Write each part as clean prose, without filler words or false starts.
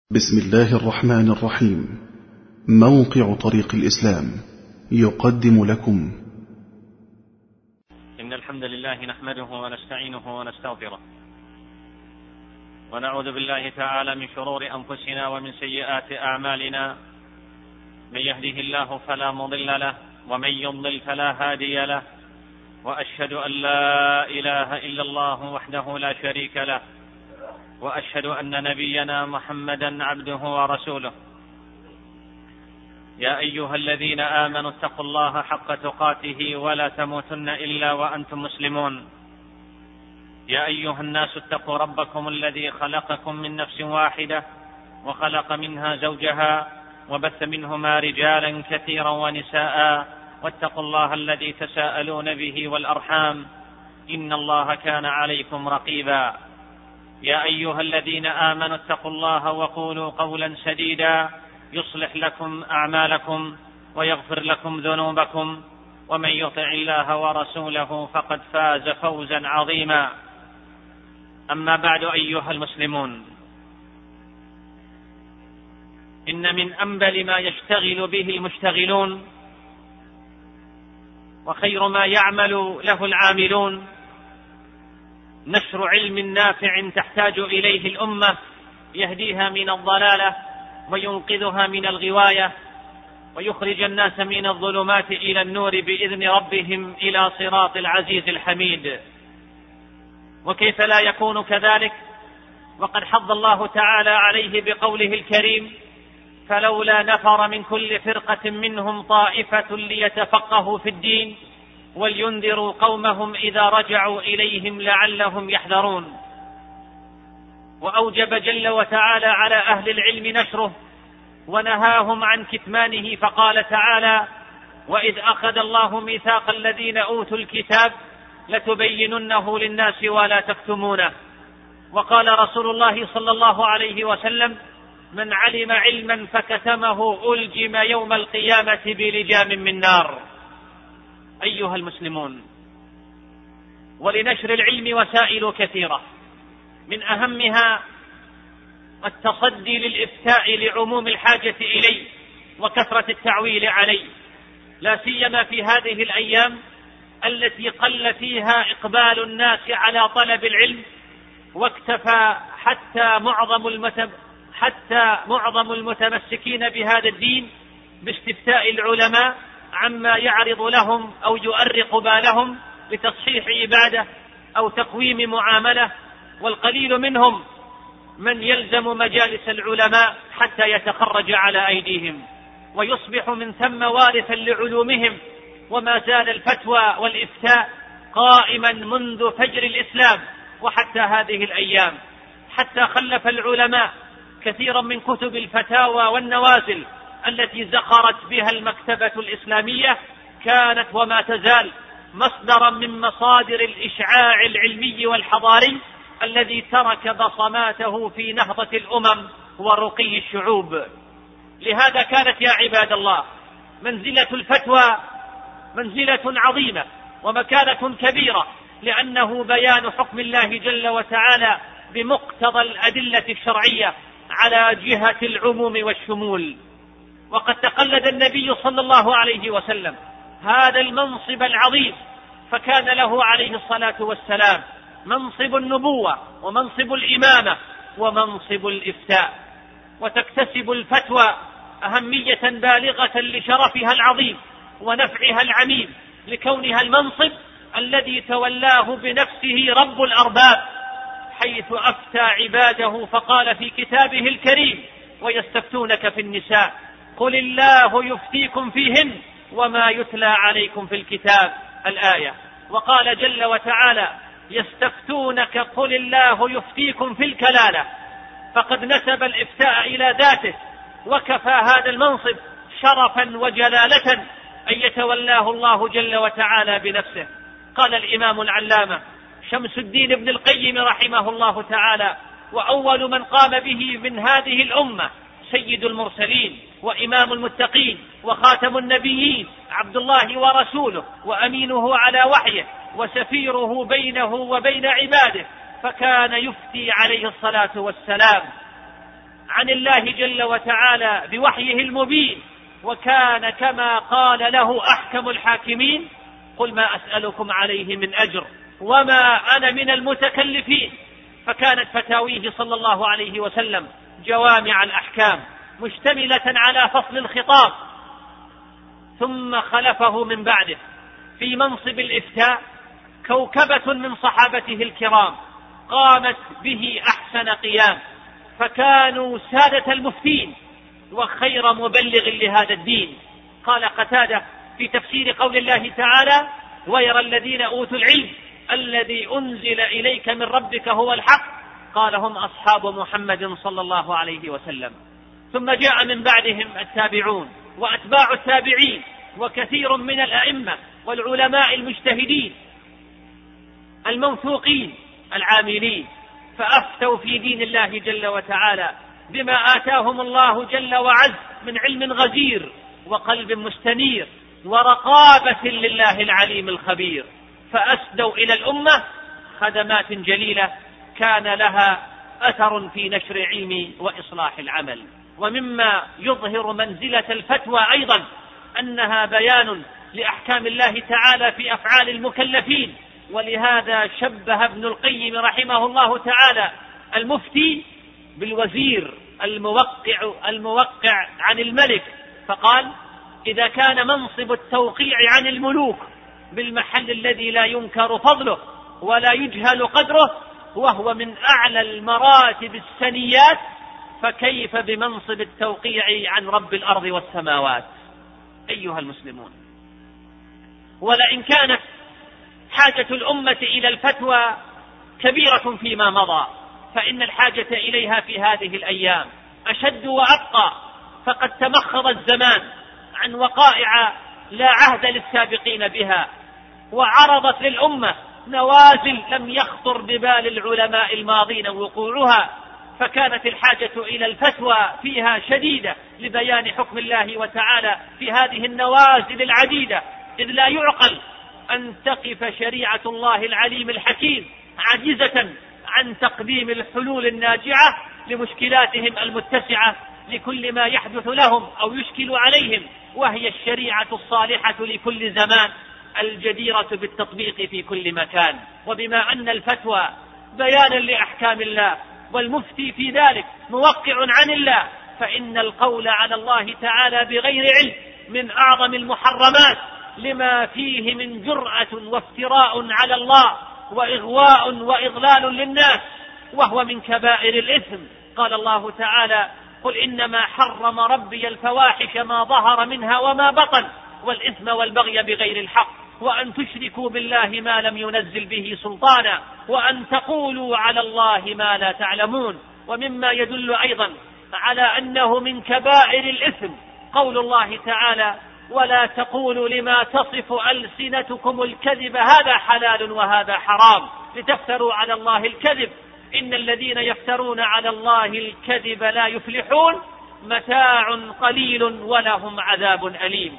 بسم الله الرحمن الرحيم. موقع طريق الإسلام يقدم لكم إن الحمد لله نحمده ونستعينه ونستغفره ونعوذ بالله تعالى من شرور أنفسنا ومن سيئات أعمالنا. من يهده الله فلا مضل له ومن يضلل فلا هادي له، وأشهد أن لا إله إلا الله وحده لا شريك له، وأشهد أن نبينا محمدا عبده ورسوله. يا أيها الذين آمنوا اتقوا الله حق تقاته ولا تموتن إلا وأنتم مسلمون. يا أيها الناس اتقوا ربكم الذي خلقكم من نفس واحدة وخلق منها زوجها وبث منهما رجالا كثيرا ونساء، واتقوا الله الذي تساءلون به والأرحام إن الله كان عليكم رقيبا. يا أيها الذين آمنوا اتقوا الله وقولوا قولا سديدا يصلح لكم أعمالكم ويغفر لكم ذنوبكم، ومن يطع الله ورسوله فقد فاز فوزا عظيما. أما بعد أيها المسلمون، إن من أنبل ما يشتغل به المشتغلون وخير ما يعمل له العاملون نشر علم نافع تحتاج إليه الأمة، يهديها من الضلالة وينقذها من الغواية، ويخرج الناس من الظلمات إلى النور بإذن ربهم إلى صراط العزيز الحميد. وكيف لا يكون كذلك وقد حض الله تعالى عليه بقوله الكريم: فلولا نفر من كل فرقة منهم طائفة ليتفقهوا في الدين ولينذروا قومهم إذا رجعوا إليهم لعلهم يحذرون. وأوجب جل وتعالى على أهل العلم نشره ونهاهم عن كتمانه، فقال تعالى: وإذ أخذ الله ميثاق الذين أوتوا الكتاب لتبيننه للناس ولا تكتمونه. وقال رسول الله صلى الله عليه وسلم: من علم علما فكتمه ألجم يوم القيامة بلجام من نار. أيها المسلمون، ولنشر العلم وسائل كثيرة، من أهمها التصدي للإفتاء لعموم الحاجة إليه وكثرة التعويل عليه، لا سيما في هذه الأيام التي قل فيها إقبال الناس على طلب العلم، واكتفى حتى معظم المتمسكين بهذا الدين باستفتاء العلماء عما يعرض لهم أو يؤرق بالهم لتصحيح عبادة أو تقويم معاملة، والقليل منهم من يلزم مجالس العلماء حتى يتخرج على أيديهم ويصبح من ثم وارثا لعلومهم. وما زال الفتوى والإفتاء قائما منذ فجر الإسلام وحتى هذه الأيام، حتى خلف العلماء كثيرا من كتب الفتاوى والنوازل التي زخرت بها المكتبة الإسلامية، كانت وما تزال مصدرا من مصادر الإشعاع العلمي والحضاري الذي ترك بصماته في نهضة الأمم ورقي الشعوب. لهذا كانت يا عباد الله منزلة الفتوى منزلة عظيمة ومكانة كبيرة، لأنه بيان حكم الله جل وتعالى بمقتضى الأدلة الشرعية على جهة العموم والشمول. وقد تقلد النبي صلى الله عليه وسلم هذا المنصب العظيم، فكان له عليه الصلاة والسلام منصب النبوة ومنصب الإمامة ومنصب الإفتاء. وتكتسب الفتوى أهمية بالغة لشرفها العظيم ونفعها العميم، لكونها المنصب الذي تولاه بنفسه رب الأرباب، حيث أفتى عباده فقال في كتابه الكريم: ويستفتونك في النساء قل الله يفتيكم فيهن وما يتلى عليكم في الكتاب، الآية. وقال جل وتعالى: يستفتونك قل الله يفتيكم في الكلالة. فقد نسب الإفتاء إلى ذاته، وكفى هذا المنصب شرفا وجلالة أن يتولاه الله جل وتعالى بنفسه. قال الإمام العلامة شمس الدين ابن القيم رحمه الله تعالى: وأول من قام به من هذه الأمة سيد المرسلين وإمام المتقين وخاتم النبيين، عبد الله ورسوله وأمينه على وحيه وسفيره بينه وبين عباده، فكان يفتي عليه الصلاة والسلام عن الله جل وتعالى بوحيه المبين، وكان كما قال له أحكم الحاكمين: قل ما أسألكم عليه من أجر وما أنا من المتكلفين. فكانت فتاويه صلى الله عليه وسلم جوامع الأحكام مشتملة على فصل الخطاب. ثم خلفه من بعده في منصب الإفتاء كوكبة من صحابته الكرام قامت به أحسن قيام، فكانوا سادة المفتين وخير مبلغ لهذا الدين. قال قتادة في تفسير قول الله تعالى: ويرى الذين أوتوا العلم الذي أنزل إليك من ربك هو الحق، قال: هم أصحاب محمد صلى الله عليه وسلم. ثم جاء من بعدهم التابعون وأتباع التابعين وكثير من الأئمة والعلماء المجتهدين الموثوقين العاملين، فأفتوا في دين الله جل وتعالى بما آتاهم الله جل وعز من علم غزير وقلب مستنير ورقابة لله العليم الخبير، فأسدوا إلى الأمة خدمات جليلة كان لها أثر في نشر العلم وإصلاح العمل. ومما يظهر منزلة الفتوى أيضا أنها بيان لأحكام الله تعالى في أفعال المكلفين، ولهذا شبه ابن القيم رحمه الله تعالى المفتي بالوزير الموقع عن الملك، فقال: إذا كان منصب التوقيع عن الملوك بالمحل الذي لا ينكر فضله ولا يجهل قدره وهو من أعلى المراتب السنيات، فكيف بمنصب التوقيع عن رب الأرض والسماوات؟ أيها المسلمون، ولئن كانت حاجة الأمة إلى الفتوى كبيرة فيما مضى، فإن الحاجة إليها في هذه الأيام أشد وأبقى، فقد تمخض الزمان عن وقائع لا عهد للسابقين بها، وعرضت للأمة نوازل لم يخطر ببال العلماء الماضين وقوعها، فكانت الحاجة إلى الفتوى فيها شديدة لبيان حكم الله وتعالى في هذه النوازل العديدة، إذ لا يعقل أن تقف شريعة الله العليم الحكيم عاجزة عن تقديم الحلول الناجعة لمشكلاتهم المتسعة لكل ما يحدث لهم أو يشكل عليهم، وهي الشريعة الصالحة لكل زمان الجديرة بالتطبيق في كل مكان. وبما أن الفتوى بيانا لأحكام الله والمفتي في ذلك موقع عن الله، فإن القول على الله تعالى بغير علم من أعظم المحرمات، لما فيه من جرأة وافتراء على الله وإغواء وإضلال للناس، وهو من كبائر الإثم. قال الله تعالى: قل إنما حرم ربي الفواحش ما ظهر منها وما بطن والإثم والبغي بغير الحق وأن تشركوا بالله ما لم ينزل به سلطانا وأن تقولوا على الله ما لا تعلمون. ومما يدل أيضا على أنه من كبائر الإثم قول الله تعالى: ولا تقولوا لما تصف ألسنتكم الكذب هذا حلال وهذا حرام لتفتروا على الله الكذب إن الذين يفترون على الله الكذب لا يفلحون متاع قليل ولهم عذاب أليم.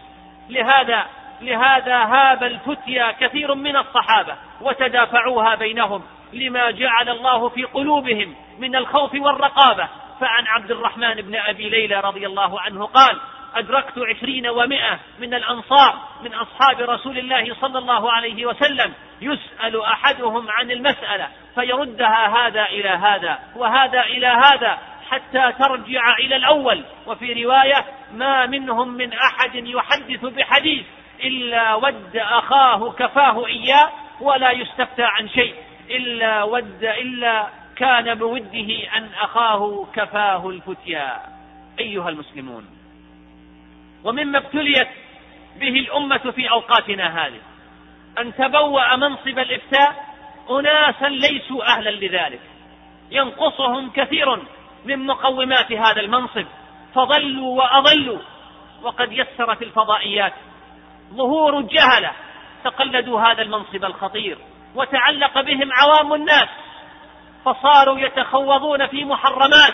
لهذا هاب الفتيا كثير من الصحابة وتدافعوها بينهم لما جعل الله في قلوبهم من الخوف والرقابة. فعن عبد الرحمن بن أبي ليلى رضي الله عنه قال: أدركت 20 و100 من الأنصار من أصحاب رسول الله صلى الله عليه وسلم يسأل أحدهم عن المسألة فيردها هذا إلى هذا وهذا إلى هذا حتى ترجع إلى الأول. وفي رواية: ما منهم من أحد يحدث بحديث إلا ود أخاه كفاه إياه ولا يستفتى عن شيء إلا كان بوده أن أخاه كفاه الفتيا. أيها المسلمون، ومما ابتليت به الأمة في أوقاتنا هذه أن تبوأ منصب الإفتاء أناسا ليسوا أهلا لذلك، ينقصهم كثير من مقومات هذا المنصب فضلوا وأضلوا. وقد يسرت الفضائيات ظهور الجهلة تقلدوا هذا المنصب الخطير وتعلق بهم عوام الناس، فصاروا يتخوضون في محرمات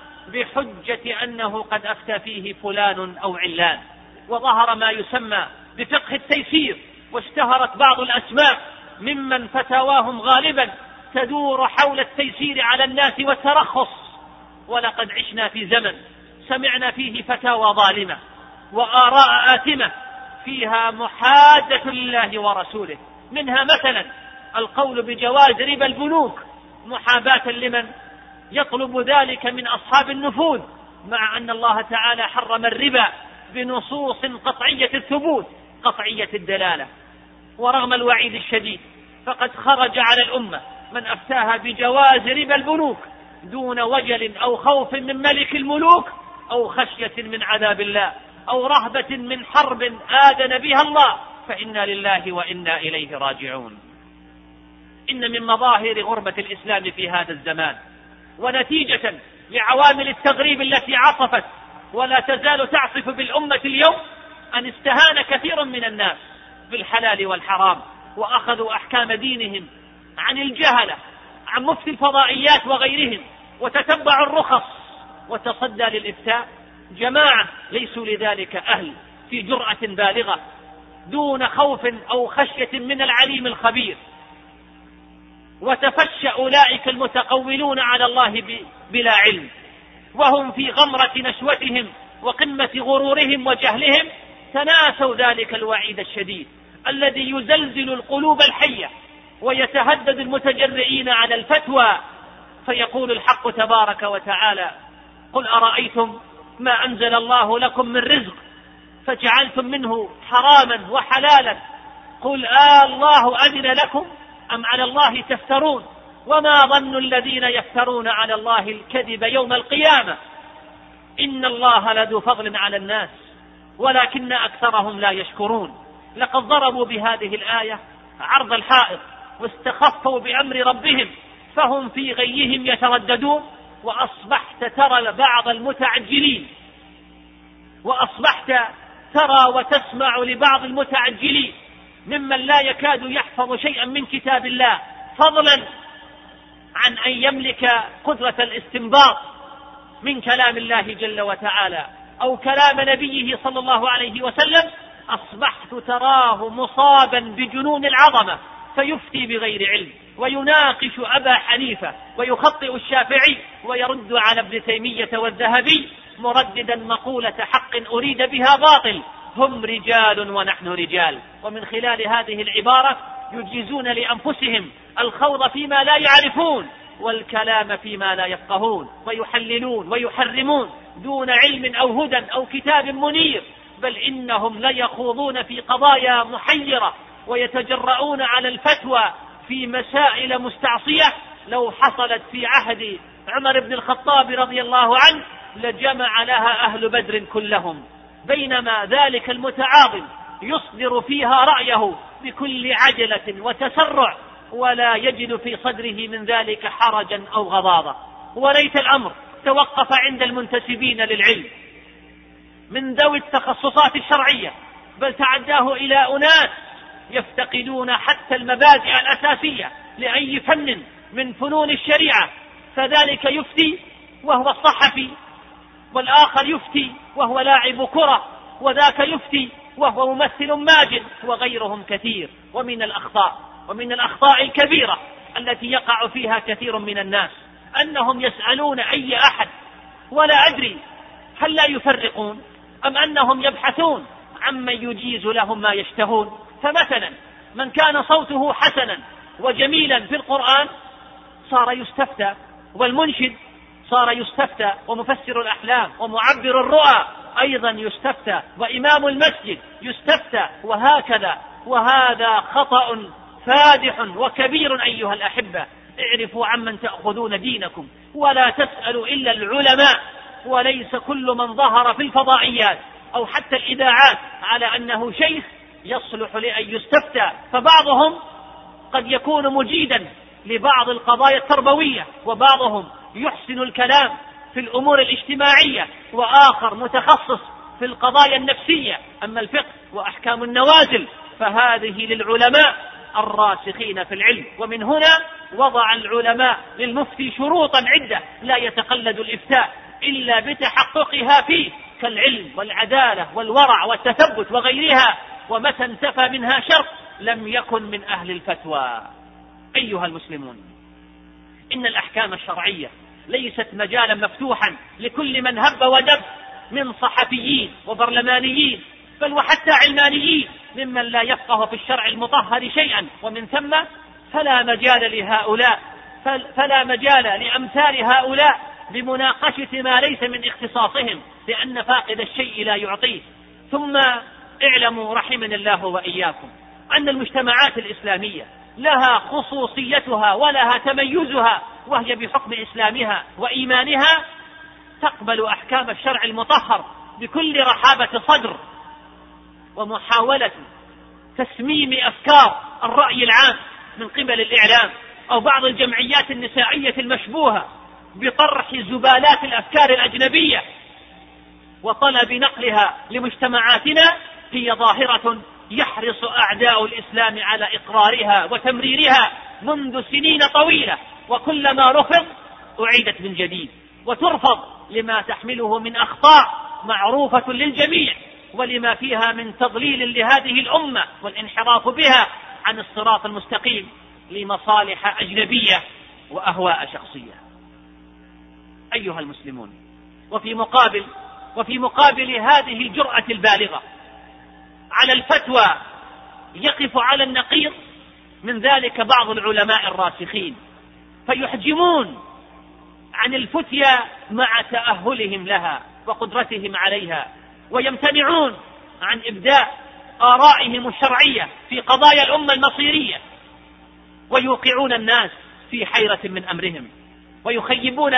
بحجة أنه قد أفتى فيه فلان أو علان، وظهر ما يسمى بفقه التيسير، واشتهرت بعض الأسماء ممن فتاواهم غالبا تدور حول التيسير على الناس والترخص. ولقد عشنا في زمن سمعنا فيه فتاوى ظالمة وآراء آثمة فيها محادة لله ورسوله، منها مثلا القول بجواز ربا البنوك محاباة لمن يطلب ذلك من أصحاب النفوذ، مع أن الله تعالى حرم الربا بنصوص قطعية الثبوت قطعية الدلالة. ورغم الوعيد الشديد فقد خرج على الأمة من أفتاها بجواز ربا البنوك دون وجل أو خوف من ملك الملوك أو خشية من عذاب الله أو رهبة من حرب آذن بها الله، فإنا لله وإنا إليه راجعون. إن من مظاهر غربة الإسلام في هذا الزمان ونتيجة لعوامل التغريب التي عصفت ولا تزال تعصف بالأمة اليوم أن استهان كثير من الناس بالحلال والحرام وأخذوا أحكام دينهم عن الجهلة، عن مفتي الفضائيات وغيرهم، وتتبعوا الرخص وتصدى للإفتاء جماعة ليسوا لذلك أهل في جرأة بالغة دون خوف أو خشية من العليم الخبير. وتفشى أولئك المتقولون على الله بلا علم وهم في غمرة نشوتهم وقمة غرورهم وجهلهم، تناسوا ذلك الوعيد الشديد الذي يزلزل القلوب الحية ويتهدد المتجرئين على الفتوى. فيقول الحق تبارك وتعالى: قل أرأيتم ما أنزل الله لكم من رزق فجعلتم منه حراما وحلالا قل الله أذن لكم أم على الله تفترون وما ظن الذين يفترون على الله الكذب يوم القيامة إن الله لذو فضل على الناس ولكن أكثرهم لا يشكرون. لقد ضربوا بهذه الآية عرض الحائط واستخفوا بأمر ربهم فهم في غيهم يترددون. وأصبحت ترى بعض المتعجلين وتسمع لبعض المتعجلين ممن لا يكاد يحفظ شيئا من كتاب الله فضلا عن أن يملك قدرة الاستنباط من كلام الله جل وتعالى أو كلام نبيه صلى الله عليه وسلم. أصبحت تراه مصابا بجنون العظمة فيفتي بغير علم ويناقش أبا حنيفة ويخطئ الشافعي ويرد على ابن تيمية والذهبي مرددا مقولة حق أريد بها باطل: هم رجال ونحن رجال. ومن خلال هذه العبارة يجيزون لأنفسهم الخوض فيما لا يعرفون والكلام فيما لا يفقهون ويحللون ويحرمون دون علم أو هدى أو كتاب منير، بل إنهم ليخوضون في قضايا محيرة ويتجرؤون على الفتوى في مسائل مستعصية لو حصلت في عهد عمر بن الخطاب رضي الله عنه لجمع لها أهل بدر كلهم، بينما ذلك المتعاظم يصدر فيها رأيه بكل عجلة وتسرع ولا يجد في صدره من ذلك حرجا أو غضاضة. وليت الأمر توقف عند المنتسبين للعلم من ذوي التخصصات الشرعية، بل تعداه إلى أناس يفتقدون حتى المبادئ الأساسية لأي فن من فنون الشريعة، فذلك يفتي وهو الصحفي، والآخر يفتي وهو لاعب كرة، وذاك يفتي وهو ممثل ماجد، وغيرهم كثير. ومن الأخطاء الكبيرة التي يقع فيها كثير من الناس أنهم يسألون أي أحد ولا أدري هل لا يفرقون أم أنهم يبحثون عمن يجيز لهم ما يشتهون. فمثلا من كان صوته حسنا وجميلا في القرآن صار يستفتى، والمنشد صار يستفتى، ومفسر الأحلام ومعبر الرؤى أيضا يستفتى، وإمام المسجد يستفتى، وهكذا. وهذا خطأ فادح وكبير أيها الأحبة. اعرفوا عمن تأخذون دينكم ولا تسألوا إلا العلماء، وليس كل من ظهر في الفضائيات أو حتى الإذاعات على أنه شيخ يصلح لأن يستفتى، فبعضهم قد يكون مجيدا لبعض القضايا التربوية، وبعضهم يحسن الكلام في الأمور الاجتماعية، وآخر متخصص في القضايا النفسية. أما الفقه وأحكام النوازل فهذه للعلماء الراسخين في العلم. ومن هنا وضع العلماء للمفتي شروطا عدة لا يتقلد الإفتاء إلا بتحققها فيه، كالعلم والعدالة والورع والتثبت وغيرها، ومتى انتفى منها شرط لم يكن من أهل الفتوى. أيها المسلمون، إن الأحكام الشرعية ليست مجالا مفتوحا لكل من هب ودب من صحفيين وبرلمانيين، بل وحتى علمانيين ممن لا يفقه في الشرع المطهر شيئا، ومن ثم فلا مجال لأمثال هؤلاء بمناقشة ما ليس من اختصاصهم، لأن فاقد الشيء لا يعطيه. ثم اعلموا رحمنا الله وإياكم أن المجتمعات الإسلامية لها خصوصيتها ولها تميزها، وهي بحكم إسلامها وإيمانها تقبل أحكام الشرع المطهر بكل رحابة صدر، ومحاولة تسميم أفكار الرأي العام من قبل الإعلام أو بعض الجمعيات النسائية المشبوهة بطرح زبالات الأفكار الأجنبية وطلب نقلها لمجتمعاتنا هي ظاهرة يحرص أعداء الإسلام على إقرارها وتمريرها منذ سنين طويلة، وكلما رفض أعيدت من جديد وترفض لما تحمله من أخطاء معروفة للجميع، ولما فيها من تضليل لهذه الأمة والانحراف بها عن الصراط المستقيم لمصالح أجنبية وأهواء شخصية. أيها المسلمون، وفي مقابل هذه الجرأة البالغة على الفتوى يقف على النقيض من ذلك بعض العلماء الراسخين، فيحجمون عن الفتيا مع تأهلهم لها وقدرتهم عليها، ويمتنعون عن إبداء آرائهم الشرعية في قضايا الأمة المصيرية، ويوقعون الناس في حيرة من أمرهم، ويخيبون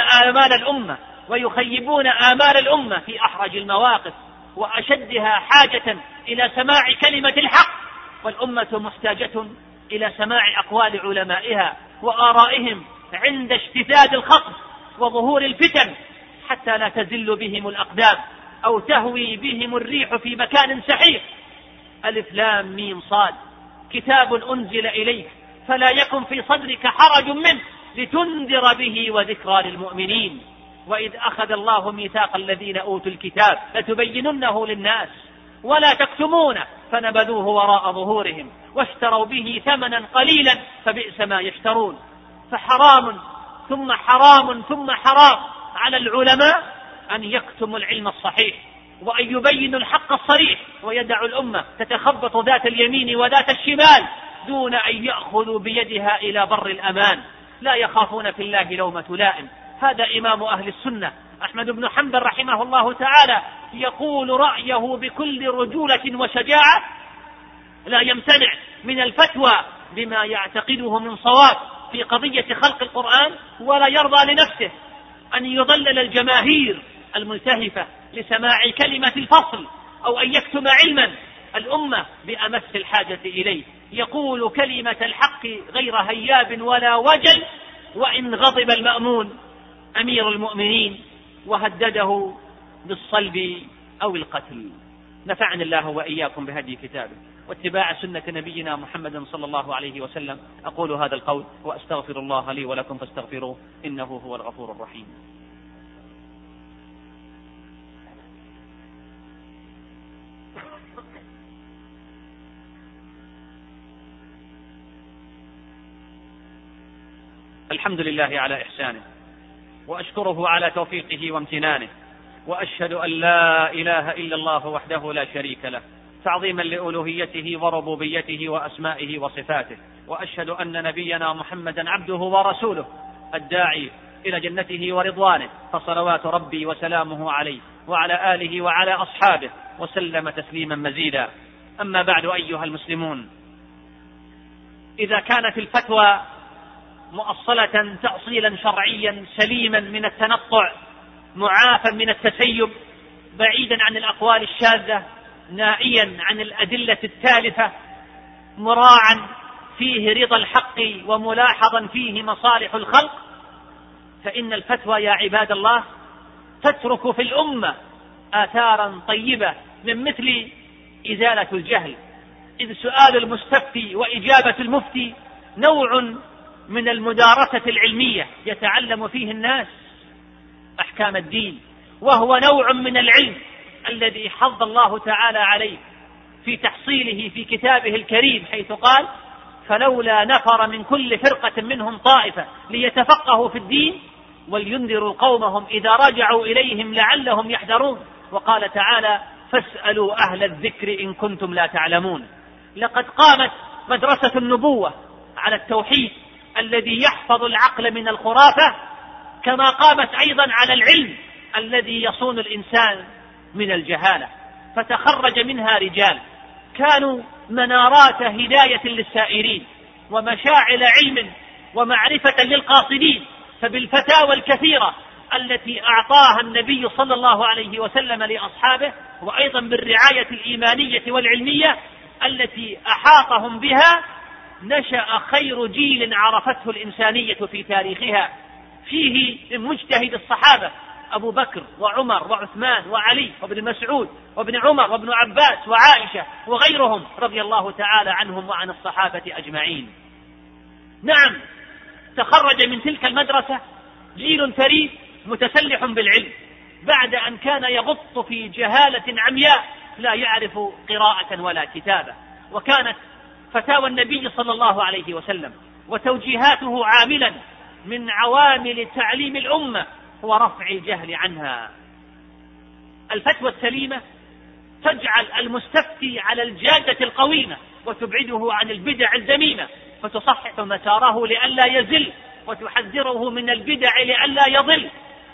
آمال الأمة في أحرج المواقف وأشدها حاجة إلى سماع كلمة الحق، والأمة محتاجة إلى سماع أقوال علمائها وآرائهم عند اشتداد الخطب وظهور الفتن، حتى لا تزل بهم الأقدام أو تهوي بهم الريح في مكان سحيق. ألف لام ميم صاد، كتاب أنزل إليك فلا يكن في صدرك حرج منه لتنذر به وذكرى للمؤمنين. وإذ أخذ الله ميثاق الذين أوتوا الكتاب لتبيننه للناس ولا تكتمونه فنبذوه وراء ظهورهم واشتروا به ثمنا قليلا فبئس ما يشترون. فحرام ثم حرام ثم حرام على العلماء أن يكتموا العلم الصحيح وأن يبينوا الحق الصريح، ويدعوا الأمة تتخبط ذات اليمين وذات الشمال دون أن يأخذوا بيدها إلى بر الأمان، لا يخافون في الله لومة لائم. هذا إمام أهل السنة أحمد بن حنبل رحمه الله تعالى يقول رأيه بكل رجولة وشجاعة، لا يمتنع من الفتوى بما يعتقده من صواب في قضية خلق القرآن، ولا يرضى لنفسه أن يضلل الجماهير الملتهفة لسماع كلمة الفصل أو أن يكتم علما الأمة بأمس الحاجة إليه. يقول كلمة الحق غير هياب ولا وجل، وإن غضب المأمون أمير المؤمنين وهدده بالصلب أو القتل. نفعني الله وإياكم بهدي كتابه واتباع سنة نبينا محمد صلى الله عليه وسلم. أقول هذا القول وأستغفر الله لي ولكم فاستغفروه إنه هو الغفور الرحيم. الحمد لله على إحسانه، وأشكره على توفيقه وامتنانه، وأشهد أن لا إله إلا الله وحده لا شريك له تعظيما لألوهيته وربوبيته وأسمائه وصفاته، وأشهد أن نبينا محمدا عبده ورسوله الداعي إلى جنته ورضوانه، فصلوات ربي وسلامه عليه وعلى آله وعلى أصحابه وسلم تسليما مزيدا. أما بعد، أيها المسلمون، إذا كانت الفتوى مؤصلة تأصيلا شرعيا سليما من التنطع معافى من التسيب بعيدا عن الأقوال الشاذة نائيا عن الأدلة التالفة مراعا فيه رضا الحق وملاحظا فيه مصالح الخلق، فإن الفتوى يا عباد الله تترك في الأمة آثارا طيبة من مثل إزالة الجهل، إذ سؤال المستفتي وإجابة المفتي نوع من المدارسة العلمية يتعلم فيه الناس أحكام الدين، وهو نوع من العلم الذي حض الله تعالى عليه في تحصيله في كتابه الكريم، حيث قال: فلولا نفر من كل فرقة منهم طائفة ليتفقهوا في الدين ولينذروا قومهم إذا رجعوا إليهم لعلهم يحذرون. وقال تعالى: فاسألوا أهل الذكر إن كنتم لا تعلمون. لقد قامت مدرسة النبوة على التوحيد الذي يحفظ العقل من الخرافة، كما قامت أيضا على العلم الذي يصون الإنسان من الجهالة. فتخرج منها رجال كانوا منارات هداية للسائرين ومشاعل علم ومعرفة للقاصدين. فبالفتاوى الكثيرة التي أعطاها النبي صلى الله عليه وسلم لأصحابه، وأيضا بالرعاية الإيمانية والعلمية التي أحاطهم بها، نشأ خير جيل عرفته الإنسانية في تاريخها. فيه من مجتهد الصحابة أبو بكر وعمر وعثمان وعلي وابن مسعود وابن عمر وابن عباس وعائشة وغيرهم رضي الله تعالى عنهم وعن الصحابة أجمعين. نعم، تخرج من تلك المدرسة جيل فريد متسلح بالعلم بعد أن كان يغط في جهالة عمياء لا يعرف قراءة ولا كتابة. وكانت فتاوى النبي صلى الله عليه وسلم وتوجيهاته عاملا من عوامل تعليم الأمة هو رفع الجهل عنها. الفتوى السليمة تجعل المستفتي على الجادة القويمة وتبعده عن البدع الذميمة، فتصحح مساره لئلا يزل وتحذره من البدع لئلا يضل.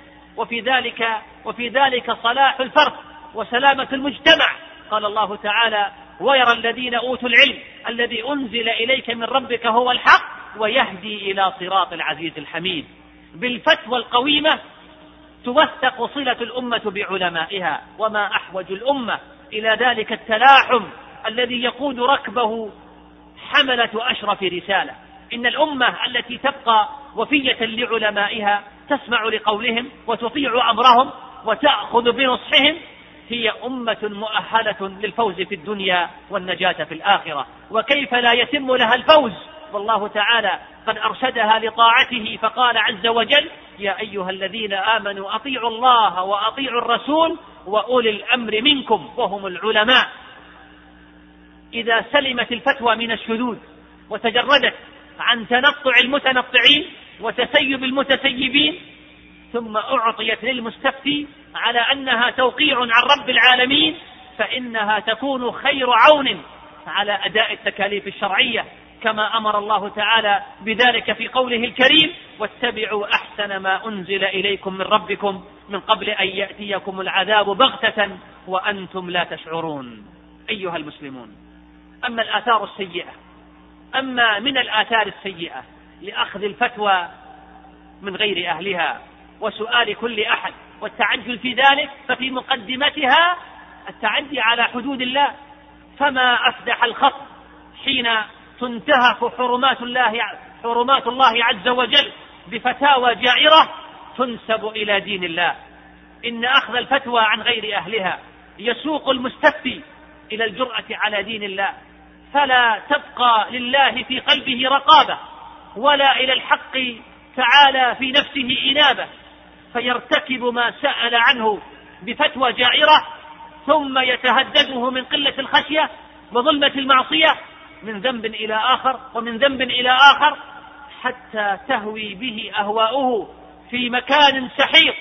وفي ذلك صلاح الفرد وسلامة المجتمع. قال الله تعالى: ويرى الذين أوتوا العلم الذي أنزل إليك من ربك هو الحق ويهدي إلى صراط العزيز الحميد. بالفتوى القويمة توثق صلة الأمة بعلمائها، وما أحوج الأمة إلى ذلك التلاحم الذي يقود ركبه حملة أشرف رسالة. إن الأمة التي تبقى وفية لعلمائها تسمع لقولهم وتطيع أمرهم وتأخذ بنصحهم هي أمة مؤهلة للفوز في الدنيا والنجاة في الآخرة. وكيف لا يتم لها الفوز والله تعالى قد أرشدها لطاعته، فقال عز وجل: يا أيها الذين آمنوا أطيعوا الله وأطيعوا الرسول وأولي الأمر منكم وهم العلماء. إذا سلمت الفتوى من الشذوذ وتجردت عن تنطع المتنطعين وتسيب المتسيبين، ثم أعطيت للمستفتي على أنها توقيع عن رب العالمين، فإنها تكون خير عون على أداء التكاليف الشرعية، كما أمر الله تعالى بذلك في قوله الكريم: واتبعوا أحسن ما أنزل إليكم من ربكم من قبل أن يأتيكم العذاب بغتة وأنتم لا تشعرون. أيها المسلمون، أما من الآثار السيئة لأخذ الفتوى من غير أهلها وسؤال كل أحد والتعجل في ذلك، ففي مقدمتها التعدي على حدود الله. فما أفدح الخط حين تنتهك حرمات الله عز وجل بفتاوى جائرة تنسب إلى دين الله. إن أخذ الفتوى عن غير أهلها يسوق المستفتي إلى الجرأة على دين الله، فلا تبقى لله في قلبه رقابة ولا إلى الحق تعالى في نفسه إنابة، فيرتكب ما سأل عنه بفتوى جائرة، ثم يتهدده من قلة الخشية وظلمة المعصية من ذنب إلى آخر ومن ذنب إلى آخر، حتى تهوي به أهواؤه في مكان سحيق.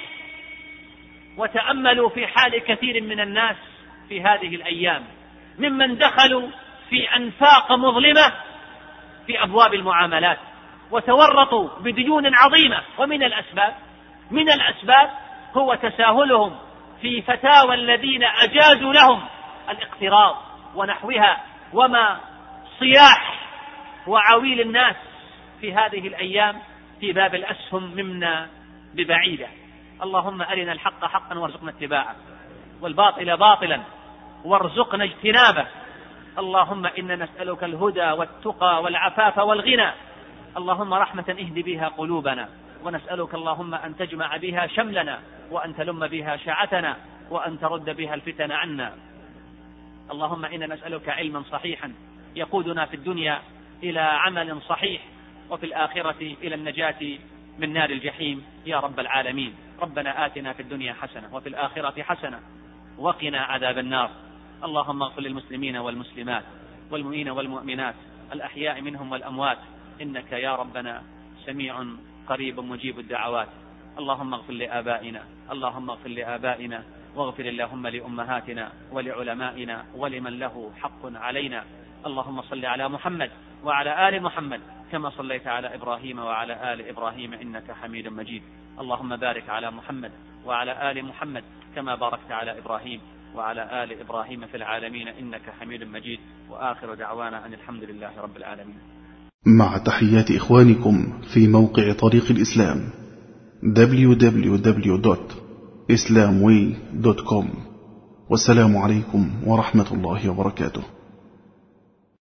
وتأملوا في حال كثير من الناس في هذه الأيام ممن دخلوا في أنفاق مظلمة في أبواب المعاملات وتورطوا بديون عظيمة. ومن الأسباب هو تساهلهم في فتاوى الذين أجازوا لهم الاقتراض ونحوها، وما صياح وعويل الناس في هذه الأيام في باب الأسهم منا ببعيدة. اللهم أرنا الحق حقا وارزقنا اتباعه والباطل باطلا وارزقنا اجتنابه. اللهم إنا نسألك الهدى والتقى والعفاف والغنى. اللهم رحمة اهد بها قلوبنا، ونسألك اللهم أن تجمع بها شملنا وأن تلم بها شعتنا وأن ترد بها الفتن عنا. اللهم إنا نسألك علما صحيحا يقودنا في الدنيا إلى عمل صحيح، وفي الآخرة إلى النجاة من نار الجحيم يا رب العالمين. ربنا آتنا في الدنيا حسنة وفي الآخرة حسنة وقنا عذاب النار. اللهم اغفر للمسلمين والمسلمات والمؤمنين والمؤمنات الأحياء منهم والأموات، إنك يا ربنا سميع قريب مجيب الدعوات. اللهم اغفر لآبائنا، اللهم اغفر لآبائنا، واغفر اللهم لأمهاتنا ولعلمائنا ولمن له حق علينا. اللهم صل على محمد وعلى آل محمد كما صليت على إبراهيم وعلى آل إبراهيم إنك حميد مجيد. اللهم بارك على محمد وعلى آل محمد كما باركت على إبراهيم وعلى آل إبراهيم في العالمين إنك حميد مجيد. وآخر دعوانا أن الحمد لله رب العالمين. مع تحيات إخوانكم في موقع طريق الإسلام www.islamway.com. والسلام عليكم ورحمة الله وبركاته.